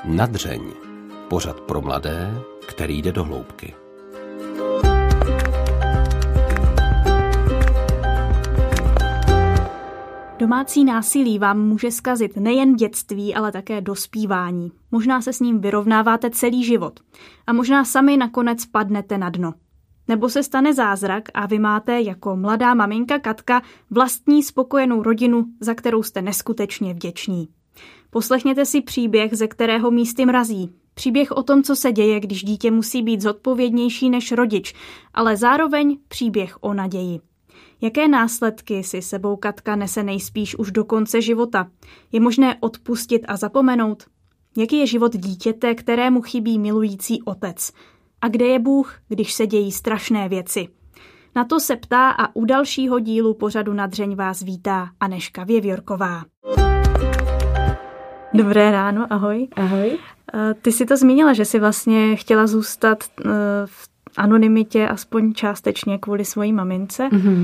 Nadřeň. Pořad pro mladé, který jde do hloubky. Domácí násilí vám může zkazit nejen dětství, ale také dospívání. Možná se s ním vyrovnáváte celý život. A možná sami nakonec padnete na dno. Nebo se stane zázrak a vy máte jako mladá maminka Katka vlastní spokojenou rodinu, za kterou jste neskutečně vděční. Poslechněte si příběh, ze kterého místy mrazí. Příběh o tom, co se děje, když dítě musí být zodpovědnější než rodič, ale zároveň příběh o naději. Jaké následky si sebou Katka nese nejspíš už do konce života? Je možné odpustit a zapomenout? Jaký je život dítěte, kterému chybí milující otec? A kde je Bůh, když se dějí strašné věci? Na to se ptá a u dalšího dílu pořadu Nadřeň vás vítá Anežka Věvjorková. Dobré ráno, ahoj. Ahoj. Ty jsi to zmínila, že jsi vlastně chtěla zůstat v anonymitě aspoň částečně kvůli svojí mamince. Mm-hmm.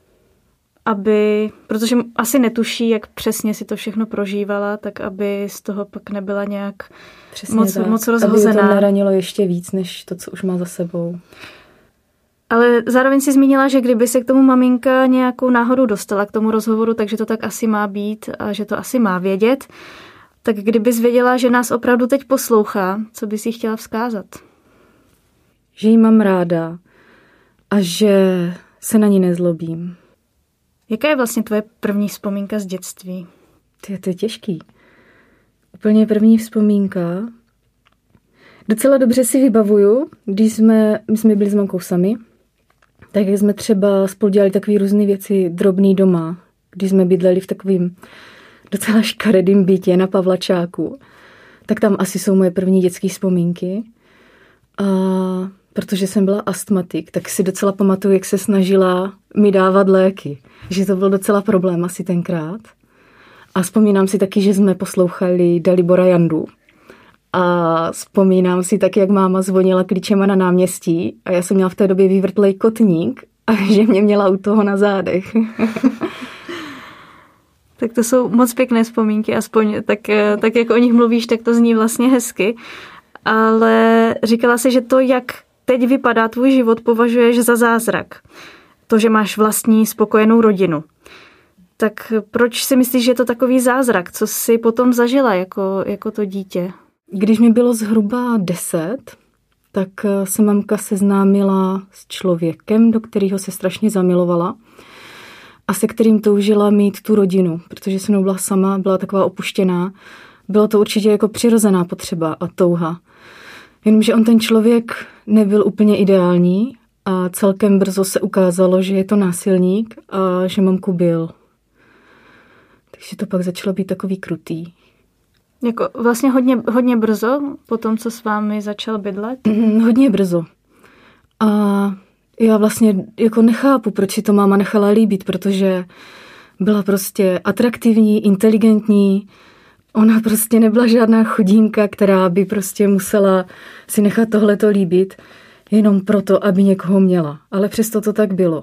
Protože asi netuší, jak přesně si to všechno prožívala, tak aby z toho pak nebyla nějak moc rozhozená. Aby to naranilo ještě víc, než to, co už má za sebou. Ale zároveň si zmínila, že kdyby se k tomu maminka nějakou náhodou dostala k tomu rozhovoru, takže to tak asi má být a že to asi má vědět, tak kdybys věděla, že nás opravdu teď poslouchá, co bys jí chtěla vzkázat? Že jí mám ráda a že se na ní nezlobím. Jaká je vlastně tvoje první vzpomínka z dětství? To je těžký. Úplně první vzpomínka. Docela dobře si vybavuju, když my jsme byli s mamkou sami, tak jak jsme třeba spolu dělali takové různé věci drobný doma, když jsme bydleli v takovým docela škaredým bytě na Pavlačáku, tak tam asi jsou moje první dětské vzpomínky. A protože jsem byla astmatik, tak si docela pamatuju, jak se snažila mi dávat léky. Že to byl docela problém asi tenkrát. A vzpomínám si taky, že jsme poslouchali Dalibora Jandu. A vzpomínám si taky, jak máma zvonila klíčema na náměstí a já jsem měla v té době vyvrtlej kotník a že mě měla u toho na zádech. Tak to jsou moc pěkné vzpomínky, aspoň tak jak o nich mluvíš, tak to zní vlastně hezky. Ale říkala jsi, že to, jak teď vypadá tvůj život, považuješ za zázrak. To, že máš vlastní spokojenou rodinu. Tak proč si myslíš, že je to takový zázrak? Co jsi potom zažila jako to dítě? Když mi bylo zhruba 10, tak se mamka seznámila s člověkem, do kterého se strašně zamilovala a se kterým toužila mít tu rodinu, protože se mnou byla sama, byla taková opuštěná. Bylo to určitě jako přirozená potřeba a touha. Jenomže on ten člověk nebyl úplně ideální a celkem brzo se ukázalo, že je to násilník a že mamku bil. Takže to pak začalo být takový krutý. Jako vlastně hodně brzo po tom, co s vámi začal bydlet? Hodně brzo. A já vlastně jako nechápu, proč si to máma nechala líbit, protože byla prostě atraktivní, inteligentní. Ona prostě nebyla žádná chudínka, která by prostě musela si nechat tohleto líbit jenom proto, aby někoho měla. Ale přesto to tak bylo.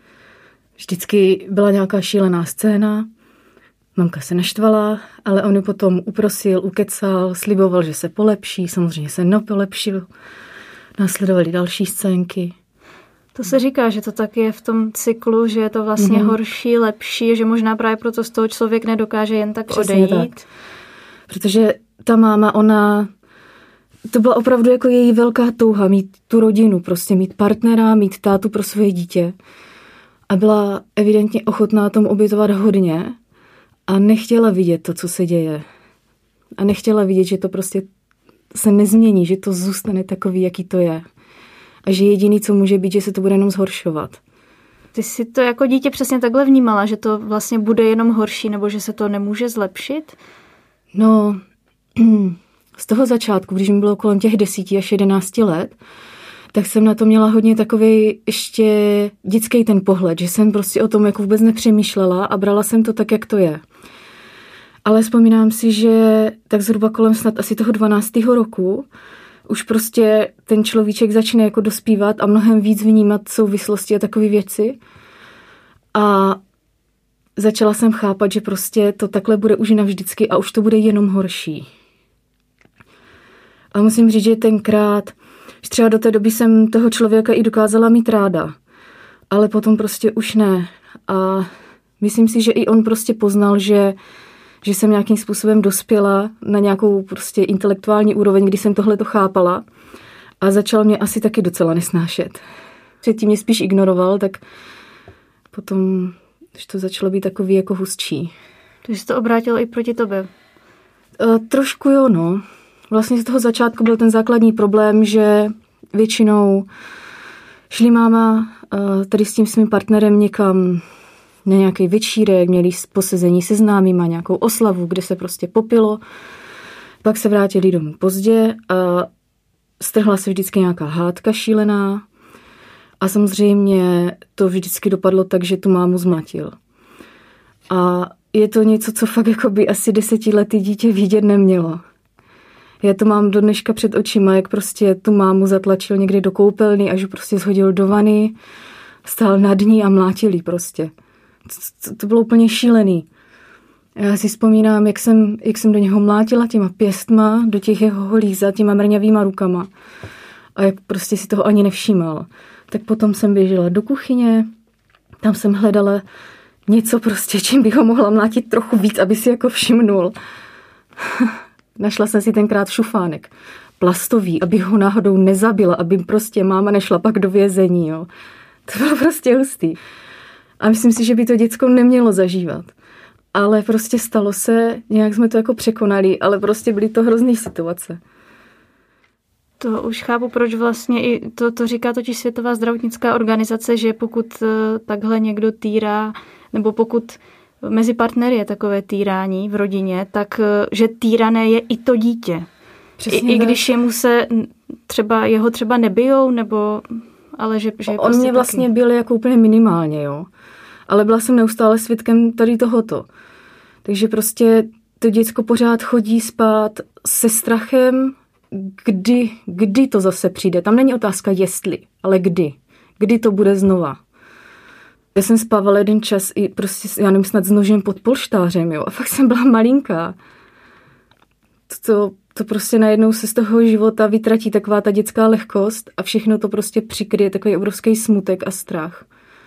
Vždycky byla nějaká šílená scéna, mamka se naštvala, ale on ji potom uprosil, ukecal, sliboval, že se polepší, samozřejmě se nepolepšil. Následovaly další scénky. To se říká, že to tak je v tom cyklu, že je to vlastně horší, lepší, že možná právě proto z toho člověk nedokáže jen tak přesně odejít. Tak. Protože ta máma, to byla opravdu jako její velká touha mít tu rodinu, prostě mít partnera, mít tátu pro svoje dítě. A byla evidentně ochotná tomu obětovat hodně a nechtěla vidět to, co se děje. A nechtěla vidět, že to prostě se nezmění, že to zůstane takový, jaký to je. A že jediný, co může být, že se to bude jenom zhoršovat. Ty jsi to jako dítě přesně takhle vnímala, že to vlastně bude jenom horší, nebo že se to nemůže zlepšit? No, z toho začátku, když mi bylo kolem těch 10 až 11 let, tak jsem na to měla hodně takový ještě dětský ten pohled, že jsem prostě o tom jako vůbec nepřemýšlela a brala jsem to tak, jak to je. Ale vzpomínám si, že tak zhruba kolem snad asi toho 12. roku už prostě ten človíček začne jako dospívat a mnohem víc vnímat souvislosti a takové věci. A začala jsem chápat, že prostě to takhle bude už navždycky a už to bude jenom horší. A musím říct, že tenkrát, že třeba do té doby jsem toho člověka i dokázala mít ráda, ale potom prostě už ne. A myslím si, že i on prostě poznal, že jsem nějakým způsobem dospěla na nějakou prostě intelektuální úroveň, kdy jsem tohle to chápala a začal mě asi taky docela nesnášet. Předtím mě spíš ignoroval, tak potom, když to začalo být takový jako hustší. Takže se to obrátilo i proti tobě? Trošku jo, no. Vlastně z toho začátku byl ten základní problém, že většinou šli máma tady s tím svým partnerem někam na nějaký večírek, měli posezení se známýma, nějakou oslavu, kde se prostě popilo. Pak se vrátili domů pozdě a strhla se vždycky nějaká hádka šílená a samozřejmě to vždycky dopadlo tak, že tu mámu zmatil. A je to něco, co fakt jakoby asi 10letý dítě vidět nemělo. Já to mám do dneška před očima, jak prostě tu mámu zatlačil někde do koupelny, až ji prostě shodil do vany, stál nad ní a mlátil jí prostě. To bylo úplně šílený. Já si vzpomínám, jak jsem do něho mlátila těma pěstma, do těch jeho holých zad, těma mrňavýma rukama. A jak prostě si toho ani nevšímal. Tak potom jsem běžela do kuchyně, tam jsem hledala něco prostě, čím bych ho mohla mlátit trochu víc, aby si jako všimnul. Našla jsem si tenkrát šufánek plastový, abych ho náhodou nezabila, aby prostě máma nešla pak do vězení. Jo. To bylo prostě hustý. A myslím si, že by to děcko nemělo zažívat. Ale prostě stalo se, nějak jsme to jako překonali, ale prostě byly to hrozný situace. To už chápu, proč vlastně i to říká totiž Světová zdravotnická organizace, že pokud takhle někdo týrá, nebo pokud mezi partnery je takové týrání v rodině, tak že týrané je i to dítě. I když jeho třeba nebijou, nebo ale že on prostě mě vlastně taky byl jako úplně minimálně, jo. Ale byla jsem neustále svědkem tady tohoto. Takže prostě to děcko pořád chodí spát se strachem, kdy to zase přijde. Tam není otázka jestli, ale kdy. Kdy to bude znova. Já jsem spávala jeden čas i prostě, já nevím, snad s nožem pod polštářem, jo. A fakt jsem byla malinká. To prostě najednou se z toho života vytratí taková ta dětská lehkost a všechno to prostě přikryje takový obrovský smutek a strach.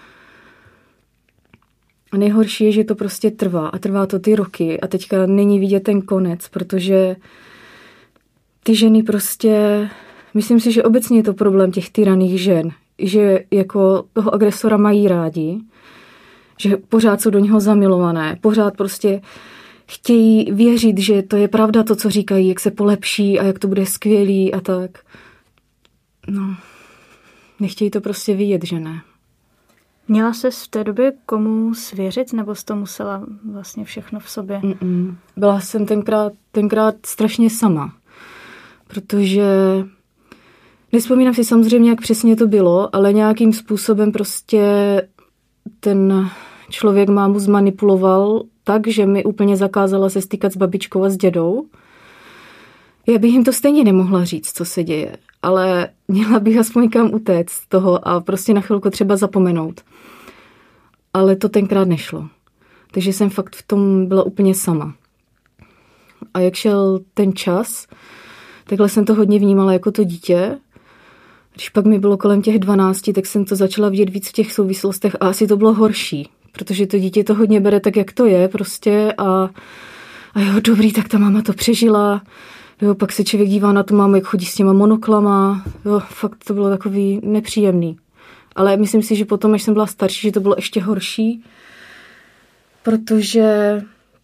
A nejhorší je, že to prostě trvá a trvá to ty roky a teďka není vidět ten konec, protože ty ženy prostě, myslím si, že obecně je to problém těch tyraných žen, že jako toho agresora mají rádi, že pořád jsou do něho zamilované, pořád prostě chtějí věřit, že to je pravda to, co říkají, jak se polepší a jak to bude skvělý a tak. No, nechtějí to prostě vidět, že ne. Měla ses v té době komu svěřit, nebo jsi to musela vlastně všechno v sobě? Byla jsem tenkrát strašně sama, protože nespomínám si samozřejmě, jak přesně to bylo, ale nějakým způsobem prostě ten člověk mámu zmanipuloval tak, že mi úplně zakázala se stýkat s babičkou a s dědou. Já bych jim to stejně nemohla říct, co se děje, ale měla bych aspoň kam utéct z toho a prostě na chvilku třeba zapomenout. Ale to tenkrát nešlo. Takže jsem fakt v tom byla úplně sama. A jak šel ten čas, takhle jsem to hodně vnímala jako to dítě. Když pak mi bylo kolem těch 12, tak jsem to začala vidět víc v těch souvislostech a asi to bylo horší, protože to dítě to hodně bere tak, jak to je prostě a jo, dobrý, tak ta máma to přežila. Jo, pak se člověk dívá na tu mámu, jak chodí s těma monoklama. Jo, fakt to bylo takový nepříjemný. Ale myslím si, že potom, až jsem byla starší, že to bylo ještě horší, protože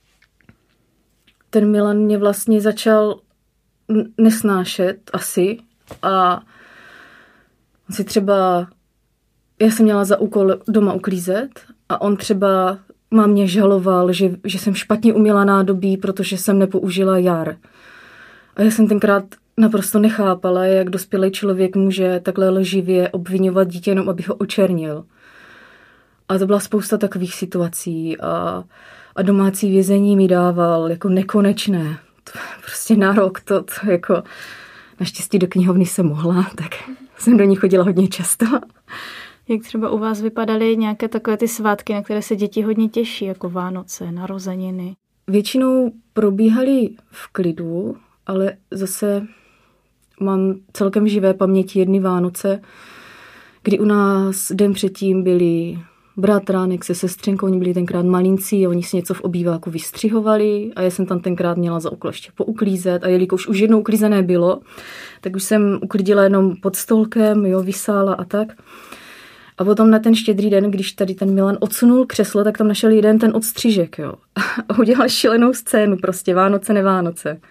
ten Milan mě vlastně začal nesnášet asi a si třeba, já jsem měla za úkol doma uklízet a on třeba mámě žaloval, že jsem špatně uměla nádobí, protože jsem nepoužila jar. A já jsem tenkrát naprosto nechápala, jak dospělý člověk může takhle lživě obvinovat dítě, jenom aby ho očernil. A to byla spousta takových situací a domácí vězení mi dával jako nekonečné. To prostě na rok to jako naštěstí do knihovny jsem mohla, tak jsem do ní chodila hodně často. Jak třeba u vás vypadaly nějaké takové ty svátky, na které se děti hodně těší, jako Vánoce, narozeniny? Většinou probíhaly v klidu, ale zase mám celkem živé paměti jedny Vánoce, kdy u nás den předtím byli bratránek se sestřenkou, oni byli tenkrát malinci a oni si něco v obýváku vystřihovali a já jsem tam tenkrát měla za úkol ještě pouklízet a jelikož už jednou uklízené bylo, tak už jsem uklidila jenom pod stolkem, jo, vysála a tak. A potom na ten Štědrý den, když tady ten Milan odsunul křeslo, tak tam našel jeden ten odstřižek, jo. A udělal šílenou scénu, prostě Vánoce, nevánoce.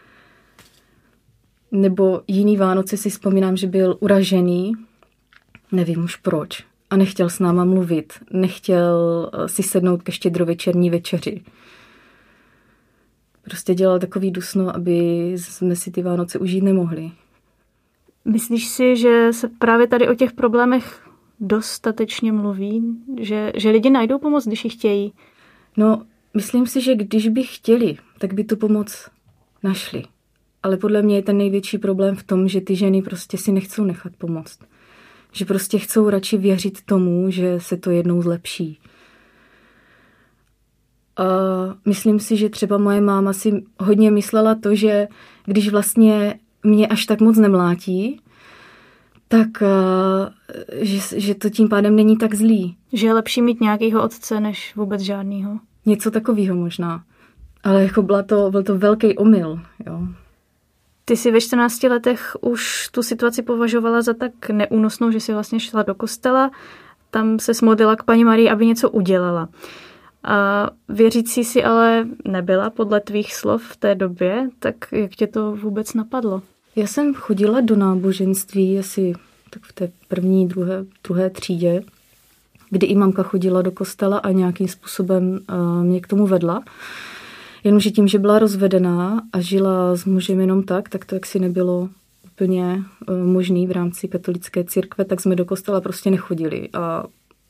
Nebo jiný Vánoce si vzpomínám, že byl uražený, nevím už proč, a nechtěl s náma mluvit, nechtěl si sednout ke štědrovečerní večeři. Prostě dělal takový dusno, aby jsme si ty Vánoce užít nemohli. Myslíš si, že se právě tady o těch problémech dostatečně mluví? Že lidi najdou pomoc, když ji chtějí? No, myslím si, že když by chtěli, tak by tu pomoc našli. Ale podle mě je ten největší problém v tom, že ty ženy prostě si nechcou nechat pomoct. Že prostě chcou radši věřit tomu, že se to jednou zlepší. A myslím si, že třeba moje máma si hodně myslela to, že když vlastně mě až tak moc nemlátí, tak že to tím pádem není tak zlý. Že je lepší mít nějakýho otce, než vůbec žádnýho. Něco takového možná. Ale jako byl to velký omyl, jo. Ty jsi ve 14 letech už tu situaci považovala za tak neúnosnou, že jsi vlastně šla do kostela, tam se modlila k Paní Marii, aby něco udělala. A věřící si ale nebyla podle tvých slov v té době, tak jak tě to vůbec napadlo? Já jsem chodila do náboženství asi tak v té první, druhé třídě, kdy i mamka chodila do kostela a nějakým způsobem mě k tomu vedla. Jenomže tím, že byla rozvedená a žila s mužem jenom tak to jaksi nebylo úplně možný v rámci katolické církve, tak jsme do kostela prostě nechodili. A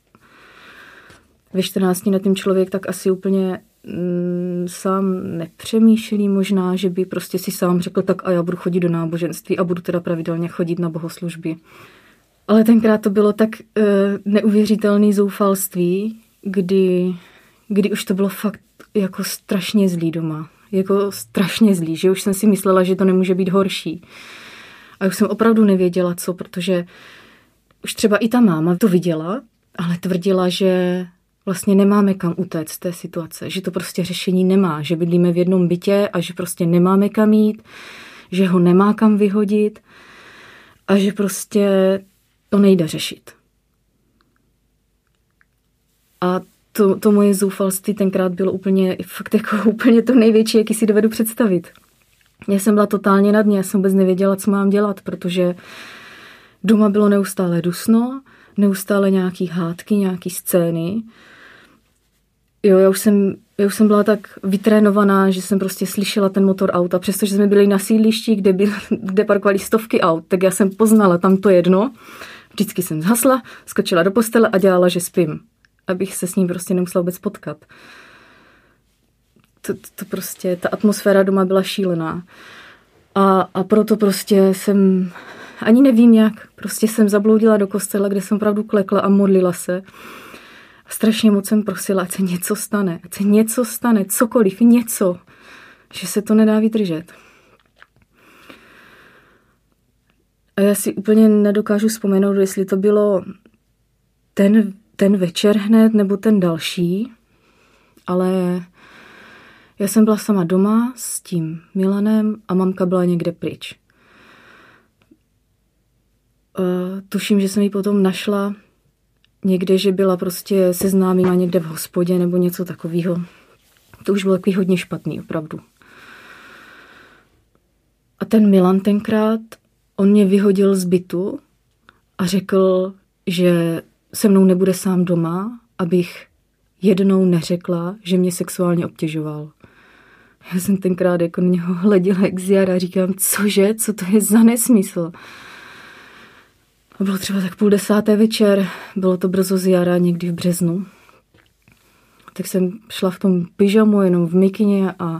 ve 14 na tím člověk tak asi úplně sám nepřemýšlí možná, že by prostě si sám řekl, tak a já budu chodit do náboženství a budu teda pravidelně chodit na bohoslužby. Ale tenkrát to bylo tak neuvěřitelné zoufalství, kdy už to bylo fakt jako strašně zlý doma. Jako strašně zlý, že už jsem si myslela, že to nemůže být horší. A už jsem opravdu nevěděla co, protože už třeba i ta máma to viděla, ale tvrdila, že vlastně nemáme kam utéct z té situace, že to prostě řešení nemá, že bydlíme v jednom bytě a že prostě nemáme kam jít, že ho nemá kam vyhodit a že prostě to nejde řešit. A to moje zoufalství tenkrát bylo úplně to největší, jaký si dovedu představit. Já jsem byla totálně na dně, já jsem vůbec nevěděla, co mám dělat, protože doma bylo neustále dusno, neustále nějaký hádky, nějaký scény. Jo, já už jsem byla tak vytrénovaná, že jsem prostě slyšela ten motor auta, přestože jsme byli na sídlišti, kde parkovali stovky aut, tak já jsem poznala tam to jedno. Vždycky jsem zhasla, skočila do postele a dělala, že spím, abych se s ním prostě nemusela vůbec potkat. To prostě, ta atmosféra doma byla šílená. A proto prostě jsem, ani nevím jak, prostě jsem zabloudila do kostela, kde jsem opravdu klekla a modlila se. A strašně moc jsem prosila, ať se něco stane, cokoliv, něco, že se to nedá vydržet. A já si úplně nedokážu vzpomenout, jestli to bylo ten večer hned, nebo ten další, ale já jsem byla sama doma s tím Milanem a mamka byla někde pryč. Tuším, že jsem ji potom našla někde, že byla prostě seznámila někde v hospodě nebo něco takového. To už bylo takový hodně špatný, opravdu. A ten Milan tenkrát, on mě vyhodil z bytu a řekl, že se mnou nebude sám doma, abych jednou neřekla, že mě sexuálně obtěžoval. Já jsem tenkrát jako na něho hleděla jak z jara, říkám, cože, co to je za nesmysl? A bylo třeba tak 9:30 večer, bylo to brzo z jara, někdy v březnu. Tak jsem šla v tom pyžamu, jenom v mikině a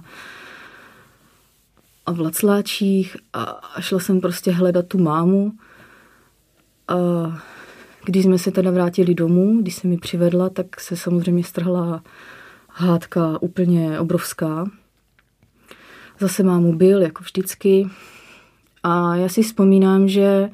v lacláčích a šla jsem prostě hledat tu mámu. A když jsme se teda vrátili domů, když se mi přivedla, tak se samozřejmě strhla hádka úplně obrovská. Zase mámu byl, jako vždycky. A já si vzpomínám, že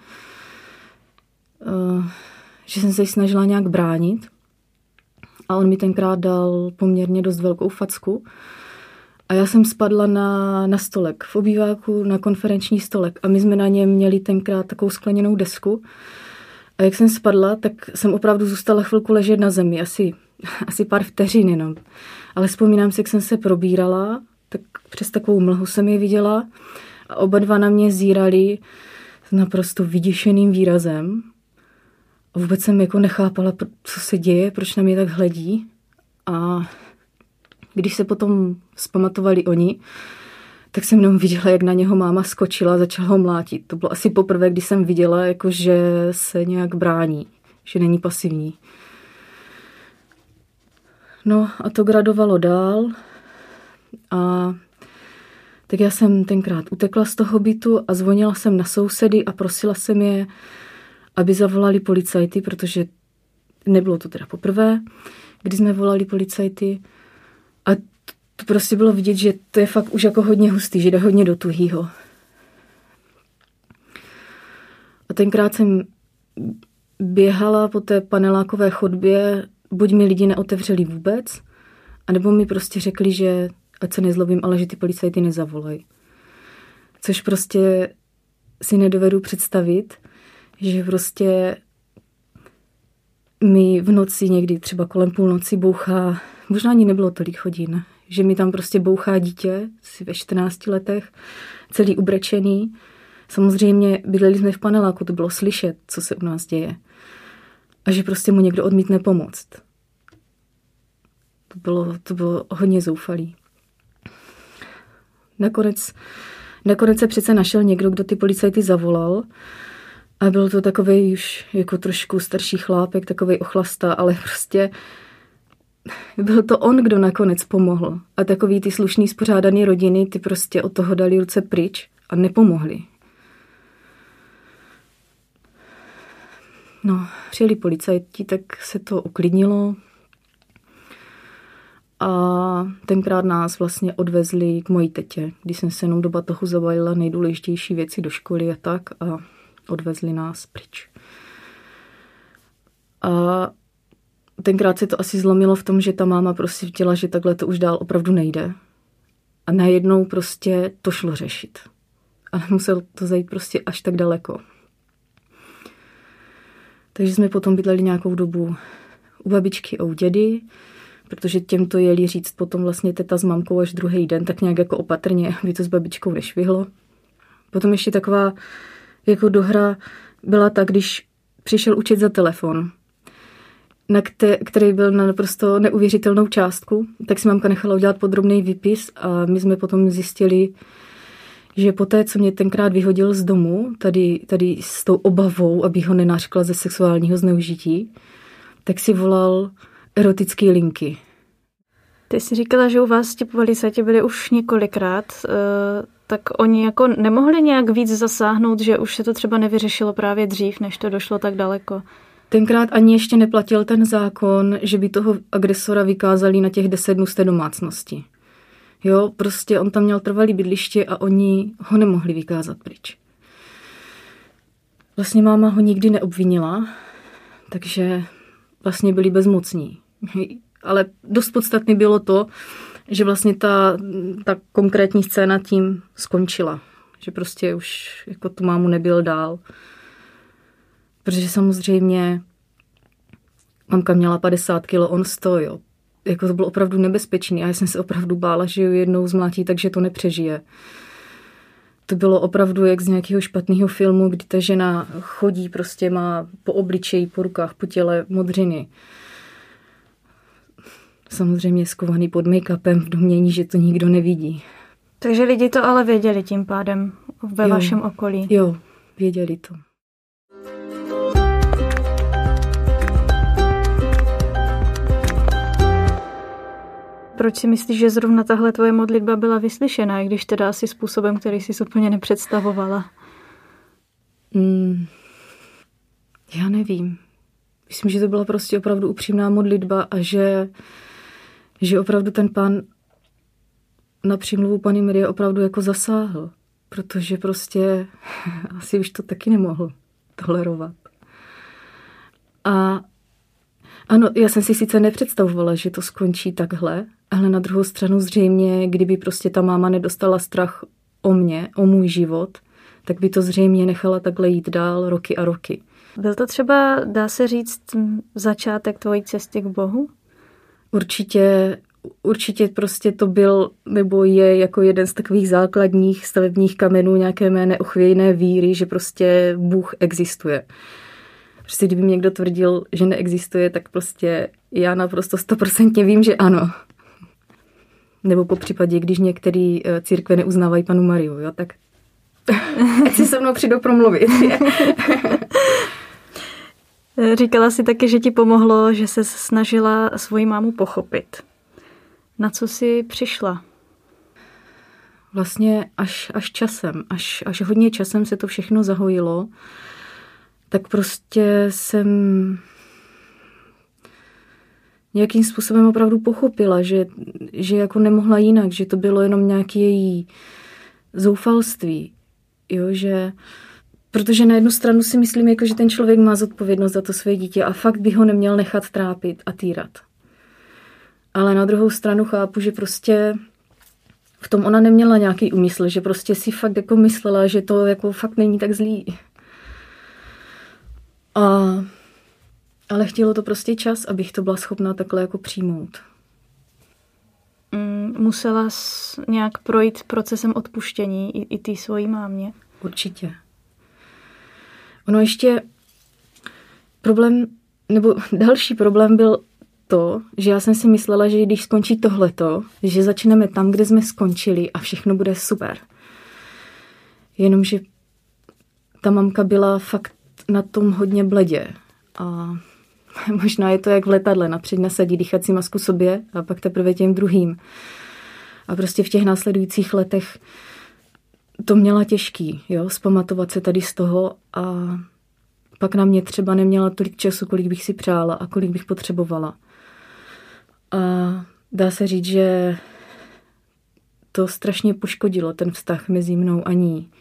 jsem se snažila nějak bránit a on mi tenkrát dal poměrně dost velkou facku a já jsem spadla na stolek v obýváku, na konferenční stolek a my jsme na něm měli tenkrát takovou skleněnou desku a jak jsem spadla, tak jsem opravdu zůstala chvilku ležet na zemi, asi pár vteřin jenom. Ale vzpomínám si, jak jsem se probírala, tak přes takovou mlhu jsem je viděla a oba dva na mě zírali s naprosto vyděšeným výrazem. A vůbec jsem jako nechápala, co se děje, proč na mě tak hledí. A když se potom vzpamatovali oni, tak jsem jenom viděla, jak na něho máma skočila a začala ho mlátit. To bylo asi poprvé, kdy jsem viděla, jako, že se nějak brání, že není pasivní. No a to gradovalo dál a tak já jsem tenkrát utekla z toho bytu a zvonila jsem na sousedy a prosila jsem je, aby zavolali policajty, protože nebylo to teda poprvé, kdy jsme volali policajty a to prostě bylo vidět, že to je fakt už jako hodně hustý, že jde hodně do tuhýho. A tenkrát jsem běhala po té panelákové chodbě, buď mi lidi neotevřeli vůbec, anebo mi prostě řekli, že ať se nezlobím, ale že ty policajty nezavolají. Což prostě si nedovedu představit, že prostě mi v noci někdy třeba kolem půlnoci bouchá, možná ani nebylo tolik hodin, že mi tam prostě bouchá dítě, asi ve 14 letech, celý ubrečený. Samozřejmě bydleli jsme v paneláku, to bylo slyšet, co se u nás děje. A že prostě mu někdo odmítne pomoct. To bylo hodně zoufalý. Nakonec se přece našel někdo, kdo ty policajty zavolal a byl to takovej už jako trošku starší chlápek, takovej ochlasta, ale prostě byl to on, kdo nakonec pomohl. A takový ty slušný spořádaný rodiny, ty prostě od toho dali ruce pryč a nepomohli. No, přijeli policajti, tak se to uklidnilo a tenkrát nás vlastně odvezli k mojí tetě, když jsem se jenom do batohu zabalila nejdůležitější věci do školy a tak a odvezli nás pryč. A tenkrát se to asi zlomilo v tom, že ta máma prostě viděla, že takhle to už dál opravdu nejde. A najednou prostě to šlo řešit. A muselo to zajít prostě až tak daleko. Takže jsme potom bydleli nějakou dobu u babičky a u dědy, protože těm to jeli říct potom vlastně teta s mamkou až druhý den, tak nějak jako opatrně, aby to s babičkou nešvihlo. Potom ještě taková jako dohra byla tak, když přišel účet za telefon, který byl na naprosto neuvěřitelnou částku, tak si mamka nechala udělat podrobný výpis a my jsme potom zjistili, že poté, co mě tenkrát vyhodil z domu, tady s tou obavou, abych ho nenářkla ze sexuálního zneužití, tak si volal erotické linky. Ty jsi říkala, že u vás ti policajti byli už několikrát, tak oni jako nemohli nějak víc zasáhnout, že už se to třeba nevyřešilo právě dřív, než to došlo tak daleko? Tenkrát ani ještě neplatil ten zákon, že by toho agresora vykázali na těch 10 dnů z té domácnosti. Jo, prostě on tam měl trvalý bydliště a oni ho nemohli vykázat pryč. Vlastně máma ho nikdy neobvinila, takže vlastně byli bezmocní. Ale dost podstatný bylo to, že vlastně ta konkrétní scéna tím skončila. Že prostě už jako tu mámu nebyl dál. Protože samozřejmě mamka měla 50 kilo, on 100, jo. Jako to bylo opravdu nebezpečný a já jsem se opravdu bála, že ji jednou zmlátí, takže to nepřežije. To bylo opravdu jak z nějakého špatného filmu, kdy ta žena chodí, prostě má po obličeji, po rukách, po těle modřiny. Samozřejmě skovaný pod make-upem v domění, že to nikdo nevidí. Takže lidi to ale věděli tím pádem ve vašem okolí. Jo, věděli to. Proč si myslíš, že zrovna tahle tvoje modlitba byla vyslyšená, i když teda asi způsobem, který jsi úplně nepředstavovala? Já nevím. Myslím, že to byla prostě opravdu upřímná modlitba a že opravdu ten pán na přímluvu Panny Marie opravdu jako zasáhl. protože prostě asi už to taky nemohl tolerovat. A ano, já jsem si sice nepředstavovala, že to skončí takhle, ale na druhou stranu zřejmě, kdyby prostě ta máma nedostala strach o mě, o můj život, tak by to zřejmě nechala takhle jít dál roky a roky. Byl to třeba, dá se říct, začátek tvojí cesty k Bohu? Určitě prostě to byl, nebo je jako jeden z takových základních stavebních kamenů nějaké mé neochvějné víry, že prostě Bůh existuje. Prostě kdyby mi někdo tvrdil, že neexistuje, tak prostě já naprosto 100% vím, že ano. Nebo po případě, když některé církve neuznávají Pannu Mariu, jo, tak ať si se mnou přijdou promluvit. Říkala jsi taky, že ti pomohlo, že se snažila svoji mámu pochopit. Na co jsi přišla? Vlastně až časem, až hodně časem se to všechno zahojilo, tak prostě jsem nějakým způsobem opravdu pochopila, že jako nemohla jinak, že to bylo jenom nějaké její zoufalství. Jo, protože na jednu stranu si myslím, jako, že ten člověk má zodpovědnost za to své dítě a fakt by ho neměl nechat trápit a týrat. Ale na druhou stranu chápu, že prostě v tom ona neměla nějaký úmysl, že prostě si fakt jako myslela, že to jako fakt není tak zlý. Ale chtělo to prostě čas, abych to byla schopná takhle jako přijmout. Musela jsi nějak projít procesem odpuštění i ty svojí mámě? Určitě. Ono ještě další problém byl to, že já jsem si myslela, že když skončí tohleto, že začneme tam, kde jsme skončili a všechno bude super. Jenomže ta mamka byla fakt na tom hodně bledě. A možná je to jak v letadle, napřed nasadí dýchací masku sobě a pak teprve těm druhým. A prostě v těch následujících letech to měla těžký, jo, zpamatovat se tady z toho a pak na mě třeba neměla tolik času, kolik bych si přála a kolik bych potřebovala. A dá se říct, že to strašně poškodilo ten vztah mezi mnou a ní.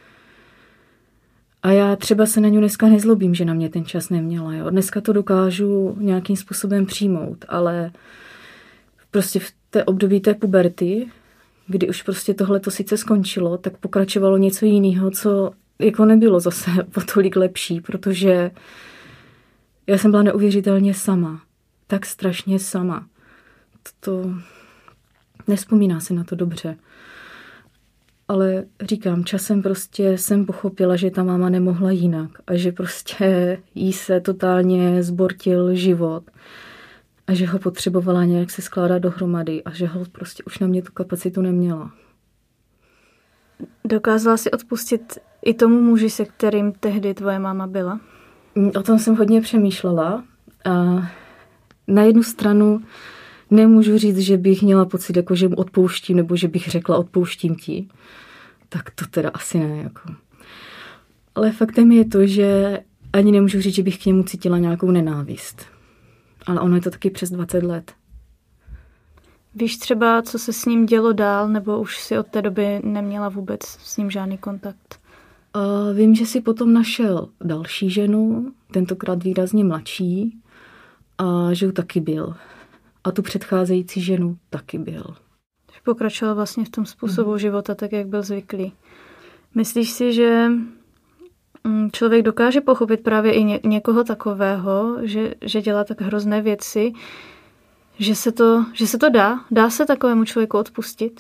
A já třeba se na ňu dneska nezlobím, že na mě ten čas neměla. Jo. Dneska to dokážu nějakým způsobem přijmout, ale prostě v té období té puberty, kdy už prostě tohle to sice skončilo, tak pokračovalo něco jiného, co jako nebylo zase potolik lepší, protože já jsem byla neuvěřitelně sama. Tak strašně sama. To nevzpomíná se na to dobře. Ale říkám, časem prostě jsem pochopila, že ta máma nemohla jinak a že prostě jí se totálně zbortil život a že ho potřebovala nějak se skládat dohromady a že ho prostě už na mě tu kapacitu neměla. Dokázala si odpustit i tomu muži, se kterým tehdy tvoje máma byla? O tom jsem hodně přemýšlela a na jednu stranu nemůžu říct, že bych měla pocit, jako že mu odpouštím, nebo že bych řekla odpouštím ti. Tak to teda asi ne. Jako. Ale faktem je to, že ani nemůžu říct, že bych k němu cítila nějakou nenávist. Ale ono je to taky přes 20 let. Víš třeba, co se s ním dělo dál, nebo už si od té doby neměla vůbec s ním žádný kontakt? Vím, že si potom našel další ženu, tentokrát výrazně mladší, a že ju taky byl. A tu předcházející ženu taky byl. Pokračoval vlastně v tom způsobu života, tak jak byl zvyklý. Myslíš si, že člověk dokáže pochopit právě i někoho takového, že dělá tak hrozné věci, že se to dá? Dá se takovému člověku odpustit?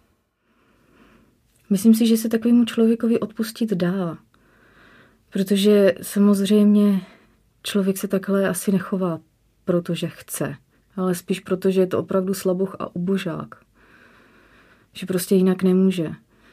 Myslím si, že se takovému člověkovi odpustit dá. Protože samozřejmě člověk se takhle asi nechová, protože chce. Ale spíš proto, že je to opravdu slaboch a ubožák. Že prostě jinak nemůže.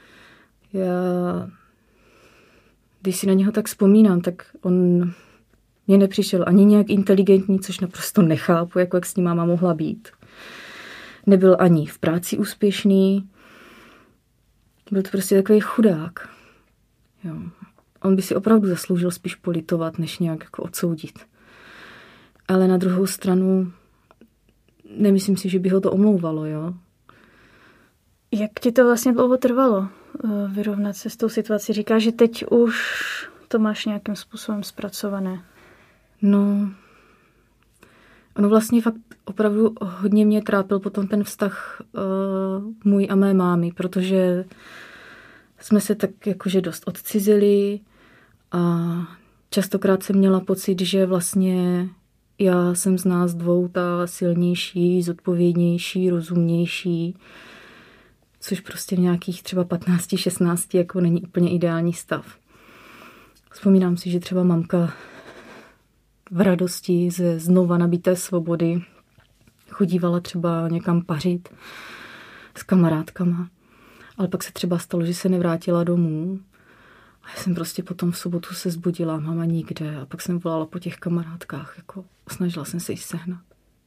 Když si na něho tak vzpomínám, tak on mě nepřišel ani nějak inteligentní, což naprosto nechápu, jako jak s ním máma mohla být. Nebyl ani v práci úspěšný. Byl to prostě takový chudák. Jo. On by si opravdu zasloužil spíš politovat, než nějak jako odsoudit. Ale na druhou stranu nemyslím si, že by ho to omlouvalo, jo. Jak ti to vlastně dlouho trvalo vyrovnat se s tou situací? Říkáš, že teď už to máš nějakým způsobem zpracované. No, ono vlastně fakt opravdu hodně mě trápil potom ten vztah můj a mé mámy, protože jsme se tak jakože dost odcizili a častokrát jsem měla pocit, že vlastně já jsem z nás dvou ta silnější, zodpovědnější, rozumnější, což prostě v nějakých třeba 15, 16 jako není úplně ideální stav. Vzpomínám si, že třeba mamka v radosti ze znova nabité svobody chodívala třeba někam pařit s kamarádkama, ale pak se třeba stalo, že se nevrátila domů. A já jsem prostě potom v sobotu se zbudila, máma nikde, a pak jsem volala po těch kamarádkách, jako snažila jsem se jí sehnat.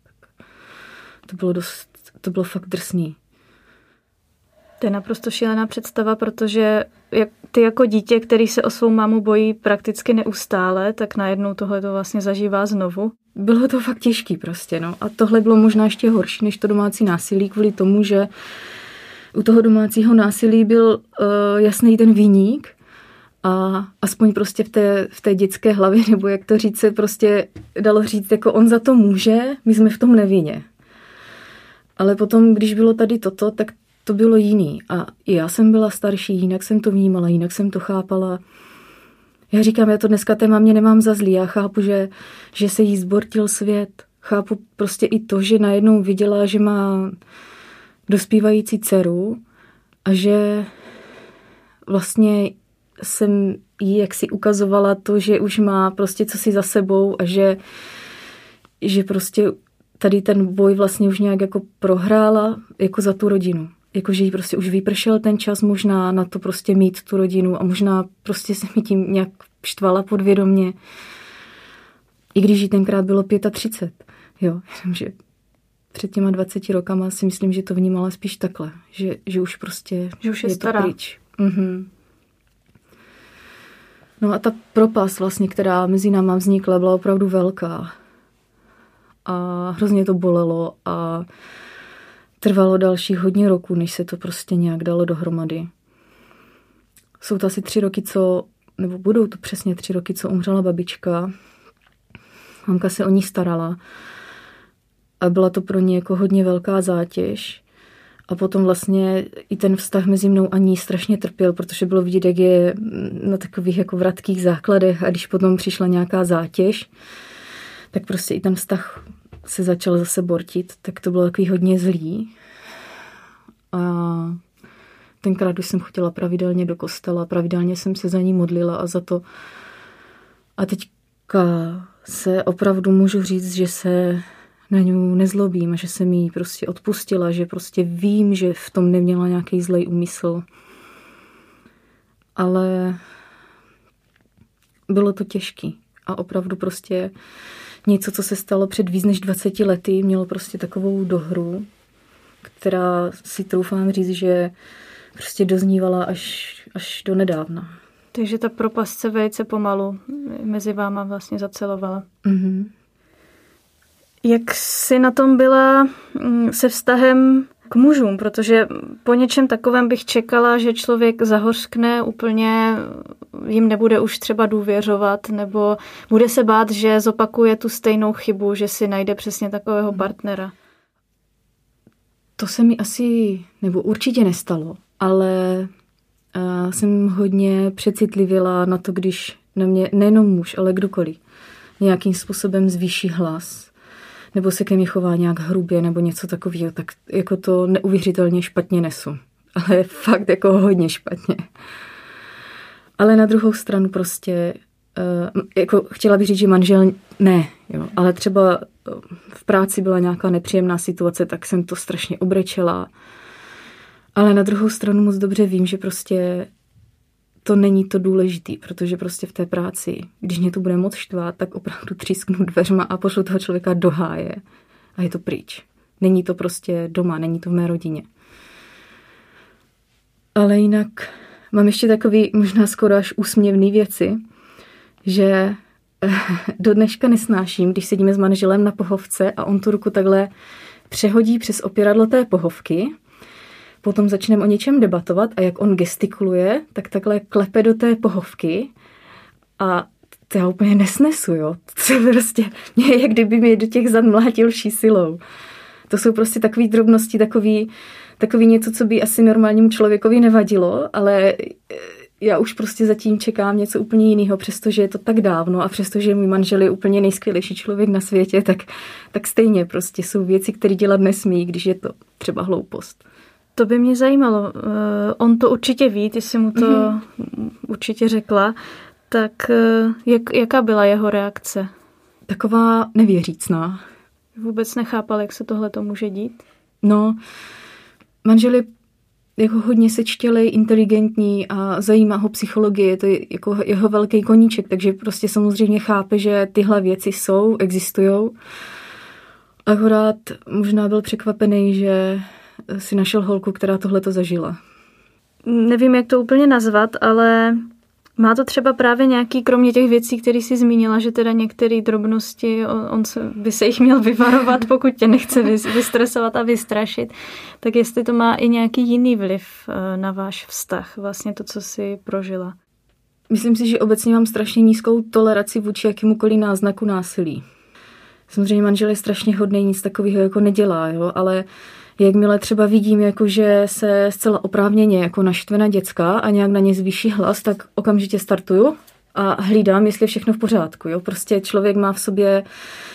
To bylo fakt drsný. To je naprosto šílená představa, protože ty jako dítě, který se o svou mámu bojí prakticky neustále, tak najednou tohle to vlastně zažívá znovu. Bylo to fakt těžký prostě, no. A tohle bylo možná ještě horší než to domácí násilí kvůli tomu, že u toho domácího násilí byl jasný ten viník a aspoň prostě v té dětské hlavě, nebo jak to říct, se prostě dalo říct, jako on za to může, my jsme v tom nevinně. Ale potom, když bylo tady toto, tak to bylo jiný. A já jsem byla starší, jinak jsem to vnímala, jinak jsem to chápala. Já říkám, já to dneska té mámě nemám za zlý. Já chápu, že se jí zbortil svět. Chápu prostě i to, že najednou viděla, že má dospívající dceru a že vlastně jsem jí jaksi ukazovala to, že už má prostě co si za sebou a že prostě tady ten boj vlastně už nějak jako prohrála jako za tu rodinu. Jakože jí prostě už vypršel ten čas možná na to prostě mít tu rodinu a možná prostě se mi tím nějak štvala podvědomě. I když jí tenkrát bylo 35. Jo, že před těma 20 rokama si myslím, že to vnímala spíš takhle. Že už prostě že už je stará. To pryč. Mhm. No a ta propast vlastně, která mezi náma vznikla, byla opravdu velká. A hrozně to bolelo a trvalo dalších hodně roků, než se to prostě nějak dalo dohromady. Jsou to asi 3 roky, nebo budou to přesně 3 roky, co umřela babička. Mamka se o ní starala a byla to pro ní jako hodně velká zátěž. A potom vlastně i ten vztah mezi mnou a ní strašně trpěl, protože bylo vidět, jak je na takových jako vratkých základech a když potom přišla nějaká zátěž, tak prostě i ten vztah se začal zase bortit, tak to bylo takový hodně zlý. A tenkrát, když jsem chodila pravidelně do kostela, pravidelně jsem se za ní modlila a za to. A teďka se opravdu můžu říct, že se na ňu nezlobím a že jsem jí prostě odpustila, že prostě vím, že v tom neměla nějaký zlej úmysl. Ale bylo to těžký a opravdu prostě něco, co se stalo před víc než 20 lety, mělo prostě takovou dohru, která si troufám říct, že prostě doznívala až do nedávna. Takže ta propast se velice pomalu mezi váma vlastně zacelovala. Mm-hmm. Jak jsi na tom byla se vztahem k mužům? Protože po něčem takovém bych čekala, že člověk zahořkne úplně, jim nebude už třeba důvěřovat, nebo bude se bát, že zopakuje tu stejnou chybu, že si najde přesně takového partnera. To se mi asi, nebo určitě nestalo, ale jsem hodně přecitlivěla na to, když na mě nejenom muž, ale kdokoliv nějakým způsobem zvýší hlas, nebo se ke mně chová nějak hrubě, nebo něco takového, tak jako to neuvěřitelně špatně nesu. Ale fakt jako hodně špatně. Ale na druhou stranu prostě, jako chtěla bych říct, že manžel ne, jo, ale třeba v práci byla nějaká nepříjemná situace, tak jsem to strašně obrečela. Ale na druhou stranu moc dobře vím, že prostě to není to důležitý, protože prostě v té práci, když mě to bude moc štvát, tak opravdu třísknu dveřma a pošlu toho člověka do háje a je to pryč. Není to prostě doma, není to v mé rodině. Ale jinak mám ještě takový možná skoro až úsměvný věci, že do dneška nesnáším, když sedíme s manželem na pohovce a on tu ruku takhle přehodí přes opěradlo té pohovky, potom začneme o něčem debatovat a jak on gestikuluje, tak takhle klepe do té pohovky a to já úplně nesnesu, jo. To prostě mě jak kdyby mě do těch zad mlátil vší silou. To jsou prostě takové drobnosti, takový něco, co by asi normálnímu člověkovi nevadilo, ale já už prostě zatím čekám něco úplně jiného, přestože je to tak dávno a přestože můj manžel je úplně nejskvělejší člověk na světě, tak stejně prostě jsou věci, které dělat nesmí, když je to třeba hloupost. To by mě zajímalo. On to určitě ví, ty jsi mu to určitě řekla. Tak jaká byla jeho reakce? Taková nevěřícná. Vůbec nechápal, jak se tohle to může dít? No, manžel je jako hodně sečtělej, inteligentní a zajímá ho psychologie, to je jako jeho velký koníček, takže prostě samozřejmě chápe, že tyhle věci existujou. Akorát možná byl překvapený, že si našel holku, která tohleto zažila. Nevím, jak to úplně nazvat, ale má to třeba právě nějaký, kromě těch věcí, které jsi zmínila, že teda některé drobnosti, by se jich měl vyvarovat, pokud tě nechce vystresovat a vystrašit, tak jestli to má i nějaký jiný vliv na váš vztah, vlastně to, co jsi prožila. Myslím si, že obecně mám strašně nízkou toleraci vůči jakémukoliv náznaku násilí. Samozřejmě manžel je strašně hodný, nic takového jako nedělá, jo, ale jakmile třeba vidím, jako že se zcela oprávněně jako naštve na děcka a nějak na ně zvýší hlas, tak okamžitě startuju a hlídám, jestli je všechno v pořádku. Jo? Prostě člověk má v sobě,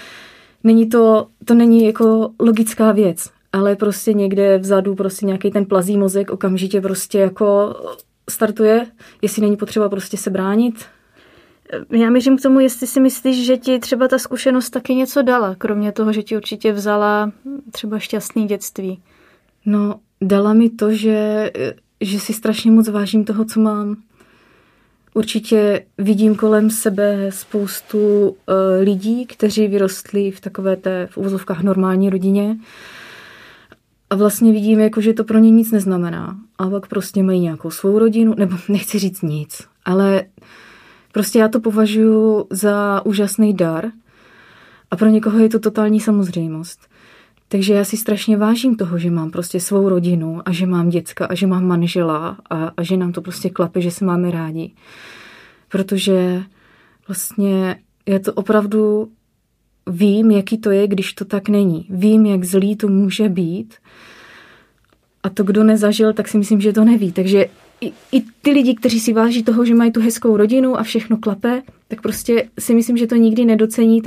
to není jako logická věc, ale prostě někde vzadu prostě nějaký ten plazí mozek okamžitě prostě jako startuje, jestli není potřeba prostě se bránit. Já mířím k tomu, jestli si myslíš, že ti třeba ta zkušenost taky něco dala, kromě toho, že ti určitě vzala třeba šťastný dětství. No, dala mi to, že si strašně moc vážím toho, co mám. Určitě vidím kolem sebe spoustu lidí, kteří vyrostli v takové té v uvozovkách normální rodině a vlastně vidím, jako, že to pro ně nic neznamená. A pak prostě mají nějakou svou rodinu, nebo nechci říct nic, ale prostě já to považuji za úžasný dar a pro někoho je to totální samozřejmost. Takže já si strašně vážím toho, že mám prostě svou rodinu a že mám děcka a že mám manžela a že nám to prostě klape, že se máme rádi. Protože vlastně já to opravdu vím, jaký to je, když to tak není. Vím, jak zlý to může být a to, kdo nezažil, tak si myslím, že to neví. Takže i ty lidi, kteří si váží toho, že mají tu hezkou rodinu a všechno klape, tak prostě si myslím, že to nikdy nedocení,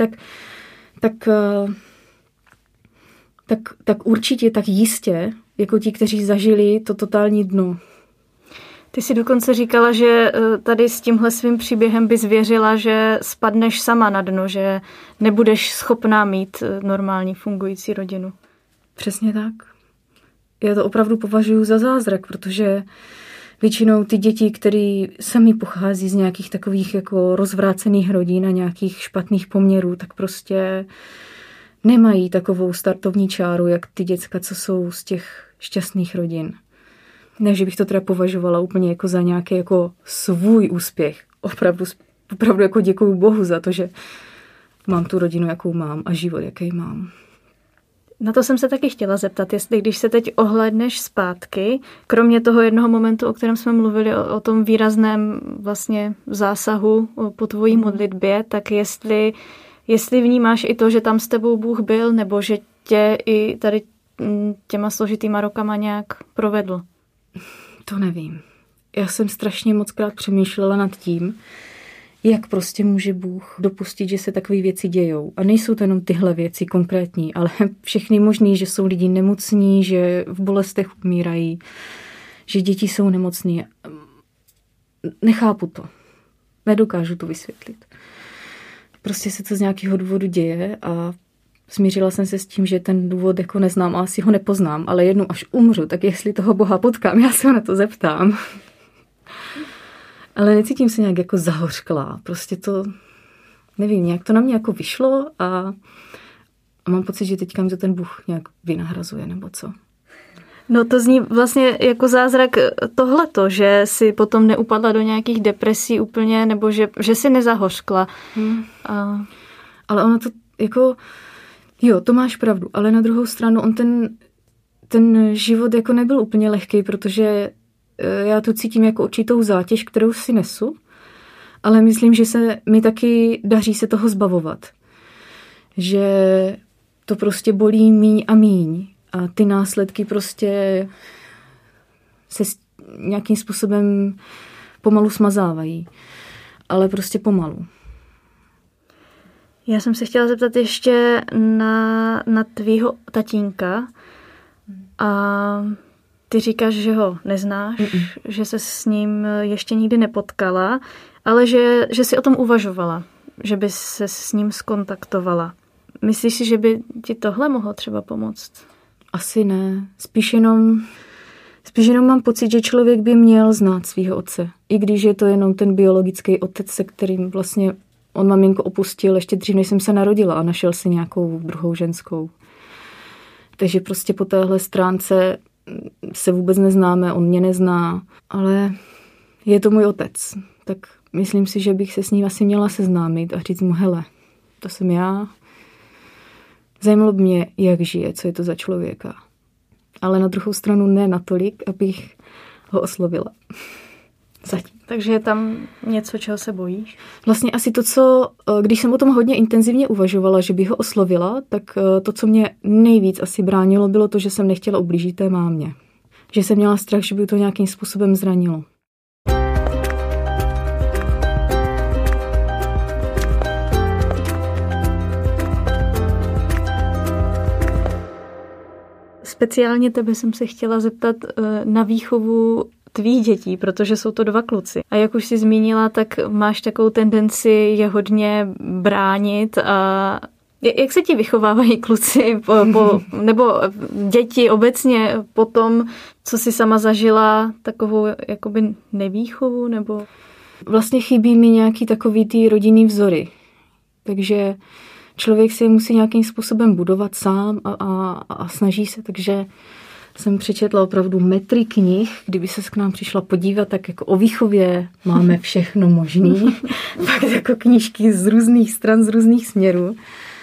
tak určitě, tak jistě, jako ti, kteří zažili to totální dno. Ty jsi dokonce říkala, že tady s tímhle svým příběhem bys věřila, že spadneš sama na dno, že nebudeš schopná mít normální fungující rodinu. Přesně tak. Já to opravdu považuji za zázrak, protože většinou ty děti, které sami pochází z nějakých takových jako rozvrácených rodin a nějakých špatných poměrů, tak prostě nemají takovou startovní čáru, jak ty děcka, co jsou z těch šťastných rodin. Ne, že bych to teda považovala úplně jako za nějaký jako svůj úspěch. Opravdu jako děkuju Bohu za to, že mám tu rodinu, jakou mám a život, jaký mám. Na to jsem se taky chtěla zeptat, jestli když se teď ohlédneš zpátky, kromě toho jednoho momentu, o kterém jsme mluvili, o tom výrazném vlastně zásahu po tvojí modlitbě, tak jestli vnímáš i to, že tam s tebou Bůh byl, nebo že tě i tady těma složitýma rokama nějak provedl? To nevím. Já jsem strašně mockrát přemýšlela nad tím, jak prostě může Bůh dopustit, že se takové věci dějou. A nejsou to jenom tyhle věci konkrétní, ale všechny možný, že jsou lidi nemocní, že v bolestech umírají, že děti jsou nemocní. Nechápu to. Nedokážu to vysvětlit. Prostě se to z nějakého důvodu děje a smířila jsem se s tím, že ten důvod jako neznám a asi ho nepoznám, ale jednou až umřu, tak jestli toho Boha potkám, já se ho na to zeptám. Ale necítím se nějak jako zahořklá. Prostě to, nevím, nějak to na mě jako vyšlo a mám pocit, že teďka mi to ten Bůh nějak vynahrazuje, nebo co. No to zní vlastně jako zázrak tohleto, že si potom neupadla do nějakých depresí úplně, nebo že si nezahořkla. Ale ono to jako, jo, to máš pravdu, ale na druhou stranu on ten ten život jako nebyl úplně lehký, protože já to cítím jako určitou zátěž, kterou si nesu, ale myslím, že se mi taky daří se toho zbavovat. Že to prostě bolí míň a míň a ty následky prostě se nějakým způsobem pomalu smazávají, ale prostě pomalu. Já jsem se chtěla zeptat ještě na tvýho tatínka a ty říkáš, že ho neznáš, že se s ním ještě nikdy nepotkala, ale že jsi o tom uvažovala, že bys se s ním skontaktovala. Myslíš si, že by ti tohle mohlo třeba pomoct? Asi ne. Spíš jenom mám pocit, že člověk by měl znát svého otce. I když je to jenom ten biologický otec, se kterým vlastně on maminko opustil ještě dřív, než jsem se narodila a našel si nějakou druhou ženskou. Takže prostě po téhle stránce se vůbec neznáme, on mě nezná, ale je to můj otec. Tak myslím si, že bych se s ním asi měla seznámit a říct mu, hele, to jsem já. Zajímalo by mě, jak žije, co je to za člověka. Ale na druhou stranu ne natolik, abych ho oslovila. Zatím. Takže je tam něco, čeho se bojíš? Vlastně asi to, když jsem o tom hodně intenzivně uvažovala, že bych ho oslovila, tak to, co mě nejvíc asi bránilo, bylo to, že jsem nechtěla ublížit té mámě. Že jsem měla strach, že by to nějakým způsobem zranilo. Speciálně tebe jsem se chtěla zeptat na výchovu tvých dětí, protože jsou to 2 kluci. A jak už jsi zmínila, tak máš takovou tendenci je hodně bránit. A jak se ti vychovávají kluci nebo děti obecně po tom, co jsi sama zažila, takovou jakoby nevýchovu? Nebo... Vlastně chybí mi nějaký takový ty rodinný vzory. Takže člověk si je musí nějakým způsobem budovat sám a snaží se, takže jsem přečetla opravdu metry knih, kdyby se k nám přišla podívat, tak jako o výchově máme všechno možný. Fakt jako knížky z různých stran, z různých směrů.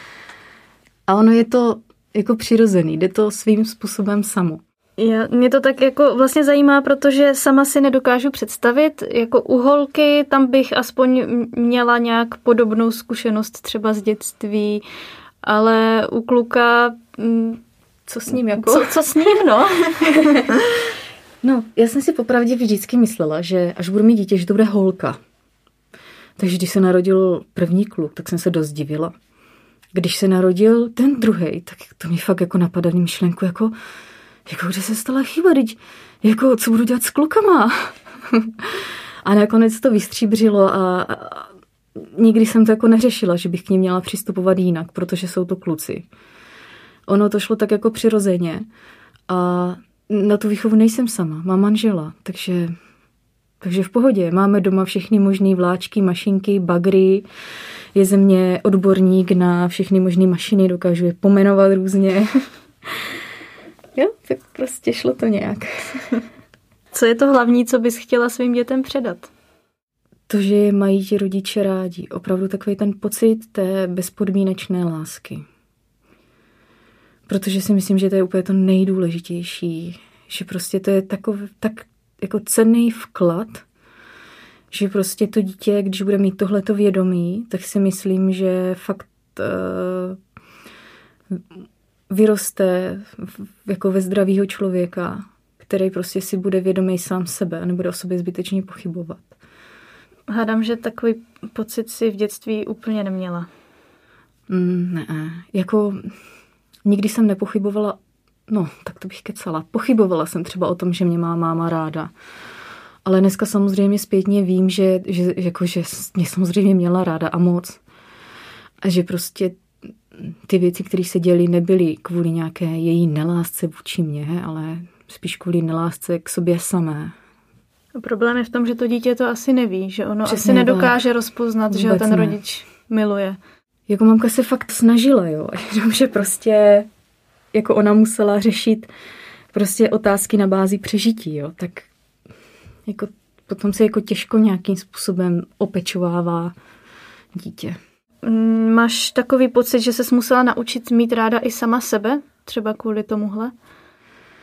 A ono je to jako přirozený, jde to svým způsobem samo. Mě to tak jako vlastně zajímá, protože sama si nedokážu představit, jako u holky tam bych aspoň měla nějak podobnou zkušenost třeba z dětství, ale u kluka, co s ním jako? Co s ním, no? No, já jsem si popravdě vždycky myslela, že až budu mít dítě, že to bude holka. Takže když se narodil první kluk, tak jsem se dost divila. Když se narodil ten druhej, tak to mi fakt jako napadá myšlenku, jako kde se stala chyba, teď, jako co budu dělat s klukama? A nakonec to vystříbřilo a nikdy jsem to jako neřešila, že bych k ním měla přistupovat jinak, protože jsou to kluci. Ono to šlo tak jako přirozeně a na tu výchovu nejsem sama, mám manžela, takže v pohodě. Máme doma všechny možný vláčky, mašinky, bagry, je ze mě odborník na všechny možné mašiny, dokážu je pomenovat různě. Jo, tak prostě šlo to nějak. Co je to hlavní, co bys chtěla svým dětem předat? To, že je mají ti rodiče rádi. Opravdu takový ten pocit té bezpodmínečné lásky. Protože si myslím, že to je úplně to nejdůležitější. Že prostě to je tak jako cenný vklad, že prostě to dítě, když bude mít tohleto vědomí, tak si myslím, že fakt vyroste jako ve zdravýho člověka, který prostě si bude vědomý sám sebe a nebude o sobě zbytečně pochybovat. Hádám, že takový pocit si v dětství úplně neměla. Ne, jako nikdy jsem nepochybovala, no, tak to bych kecala. Pochybovala jsem třeba o tom, že mě má máma ráda. Ale dneska samozřejmě zpětně vím, že mě samozřejmě měla ráda a moc. A že prostě ty věci, které se děly, nebyly kvůli nějaké její nelásce vůči mně, ale spíš kvůli nelásce k sobě samé. Problém je v tom, že to dítě to asi neví, že ono přesně asi nedokáže rozpoznat, že ho ten rodič miluje. Jako mamka se fakt snažila, jo, že prostě jako ona musela řešit prostě otázky na bázi přežití, jo, tak jako potom se jako těžko nějakým způsobem opečovává dítě. Máš takový pocit, že ses musela naučit mít ráda i sama sebe? Třeba kvůli tomuhle?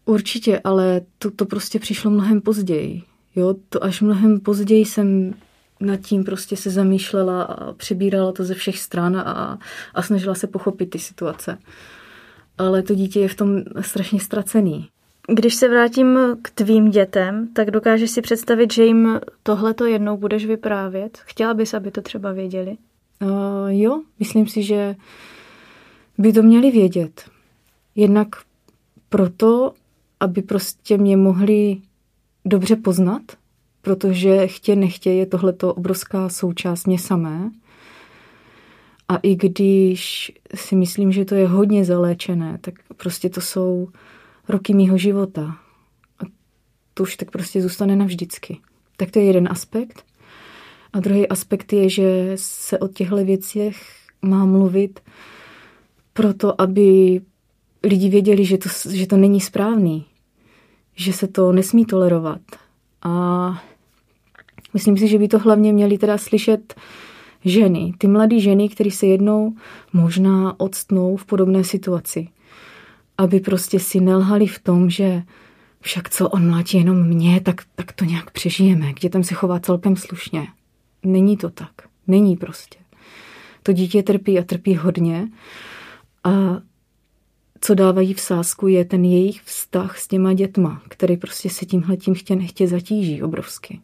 Určitě, ale to prostě přišlo mnohem později. Jo, to až mnohem později jsem nad tím prostě se zamýšlela a přebírala to ze všech stran a snažila se pochopit ty situace. Ale to dítě je v tom strašně ztracený. Když se vrátím k tvým dětem, tak dokážeš si představit, že jim tohleto jednou budeš vyprávět? Chtěla bys, aby to třeba věděli? Jo, myslím si, že by to měli vědět. Jednak proto, aby prostě mě mohli dobře poznat, protože chtě nechtě je tohleto obrovská součást mě samé. A i když si myslím, že to je hodně zaléčené, tak prostě to jsou roky mýho života. A to už tak prostě zůstane navždycky. Tak to je jeden aspekt. A druhý aspekt je, že se o těchto věcech má mluvit proto, aby lidi věděli, že to není správný. Že se to nesmí tolerovat. A myslím si, že by to hlavně měli teda slyšet ženy. Ty mladé ženy, které se jednou možná odstnou v podobné situaci. Aby prostě si nelhali v tom, že však co on mlátí jenom mě, tak to nějak přežijeme. K dětem se chová celkem slušně. Není to tak. Není prostě. To dítě trpí a trpí hodně. A co dávají v sázku, je ten jejich vztah s těma dětma, který prostě se tímhletím chtě nechtě zatíží obrovsky.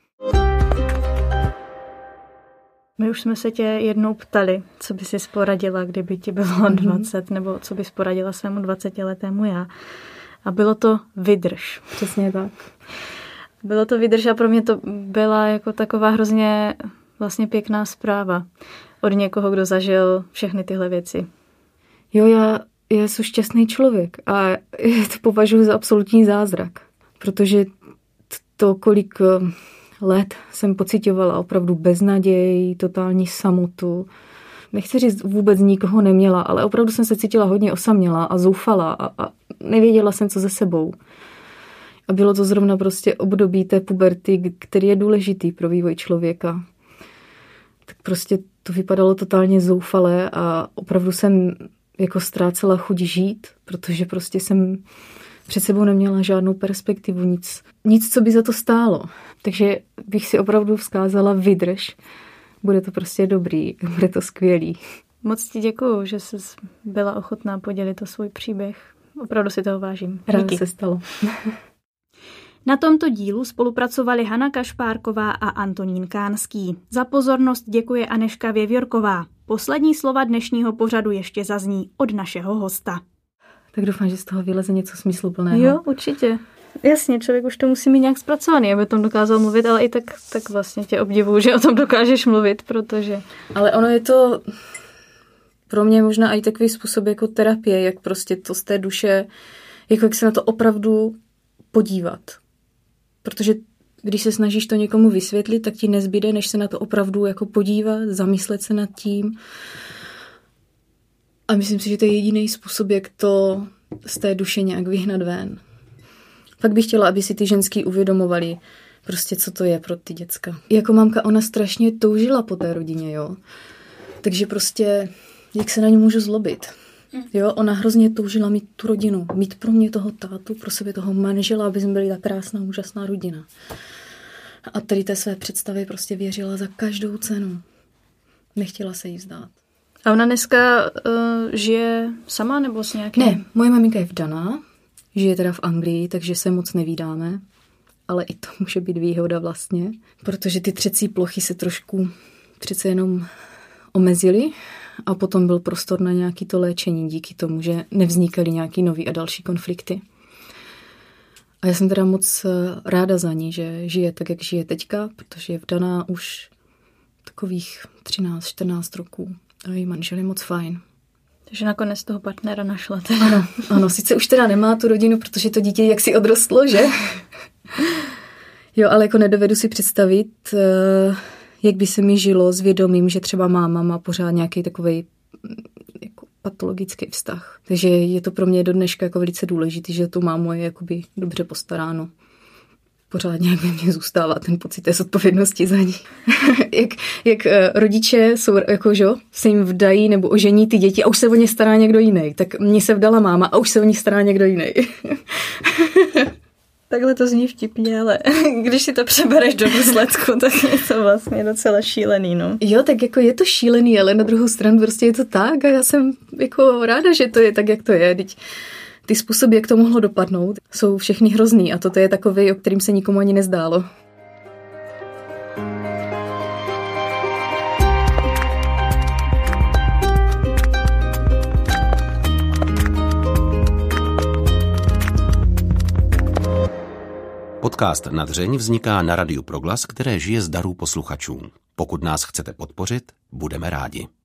My už jsme se tě jednou ptali, co by si poradila, kdyby ti bylo 20, nebo co bys poradila svému 20letému já. A bylo to vydrž. Přesně tak. Bylo to vydrž a pro mě to byla jako taková hrozně vlastně pěkná zpráva od někoho, kdo zažil všechny tyhle věci. Jo, já jsem šťastný člověk a to považuji za absolutní zázrak, protože to, kolik let jsem pociťovala opravdu beznaděj, totální samotu. Nechci říct, vůbec nikoho neměla, ale opravdu jsem se cítila hodně osamělá a zoufalá a nevěděla jsem, co se sebou. A bylo to zrovna prostě období té puberty, který je důležitý pro vývoj člověka. Tak prostě to vypadalo totálně zoufalé a opravdu jsem jako ztrácela chuť žít, protože prostě jsem před sebou neměla žádnou perspektivu, nic, co by za to stálo. Takže bych si opravdu vzkázala vydrž. Bude to prostě dobrý, bude to skvělý. Moc ti děkuju, že jsi byla ochotná podělit o svůj příběh. Opravdu si toho vážím. Rád se stalo. Na tomto dílu spolupracovali Hana Kašpárková a Antonín Kánský. Za pozornost děkuje Anežka Věvjorková. Poslední slova dnešního pořadu ještě zazní od našeho hosta. Tak doufám, že z toho vyleze něco smysluplného. Jo, určitě. Jasně, člověk už to musí mít nějak zpracovaný, aby o tom dokázal mluvit, ale i tak vlastně tě obdivuju, že o tom dokážeš mluvit, protože... Ale ono je to pro mě možná i takový způsob jako terapie, jak prostě to z té duše, jako jak se na to opravdu podívat. Protože když se snažíš to někomu vysvětlit, tak ti nezbyde, než se na to opravdu jako podívat, zamyslet se nad tím. A myslím si, že to je jediný způsob, jak to z té duše nějak vyhnat ven. Pak bych chtěla, aby si ty ženský uvědomovali prostě, co to je pro ty děcka. Jako mamka, ona strašně toužila po té rodině, jo. Takže prostě, jak se na ní můžu zlobit. Jo, ona hrozně toužila mít tu rodinu, mít pro mě toho tátu, pro sebe toho manžela, aby jsme byli ta krásná, úžasná rodina. A tady té své představy prostě věřila za každou cenu. Nechtěla se jí vzdát. A ona dneska žije sama nebo s nějakým? Ne, moje maminka je vdaná, žije teda v Anglii, takže se moc nevídáme, ale i to může být výhoda vlastně, protože ty třecí plochy se trošku přece jenom omezily a potom byl prostor na nějaké to léčení díky tomu, že nevznikaly nějaký nový a další konflikty. A já jsem teda moc ráda za ní, že žije tak, jak žije teďka, protože je vdaná už takových 13-14 roků. A její manžel je moc fajn. Takže nakonec toho partnera našla. Ano, sice už teda nemá tu rodinu, protože to dítě jaksi odrostlo, že? Jo, ale jako nedovedu si představit, jak by se mi žilo s vědomím, že třeba máma má pořád nějaký takovej jako patologický vztah. Takže je to pro mě do dneška jako velice důležitý, že tu mámu je jakoby dobře postaráno. pořád nějak ve mně zůstává ten pocit té zodpovědnosti za ní. jak rodiče jsou, jako, že, se jim vdají nebo ožení ty děti a už se o ně stará někdo jiný. Tak mně se vdala máma a už se o ní stará někdo jiný. Takhle to zní vtipně, ale když si to přebereš do důsledku, tak je to vlastně docela šílený, no. Jo, tak jako je to šílený, ale na druhou stranu prostě je to tak a já jsem jako ráda, že to je tak, jak to je. Teď ty způsoby, jak to mohlo dopadnout, jsou všechny hrozný a toto je takový, o kterým se nikomu ani nezdálo. Podcast Nadřeň vzniká na Radiu Proglas, které žije z darů posluchačů. Pokud nás chcete podpořit, budeme rádi.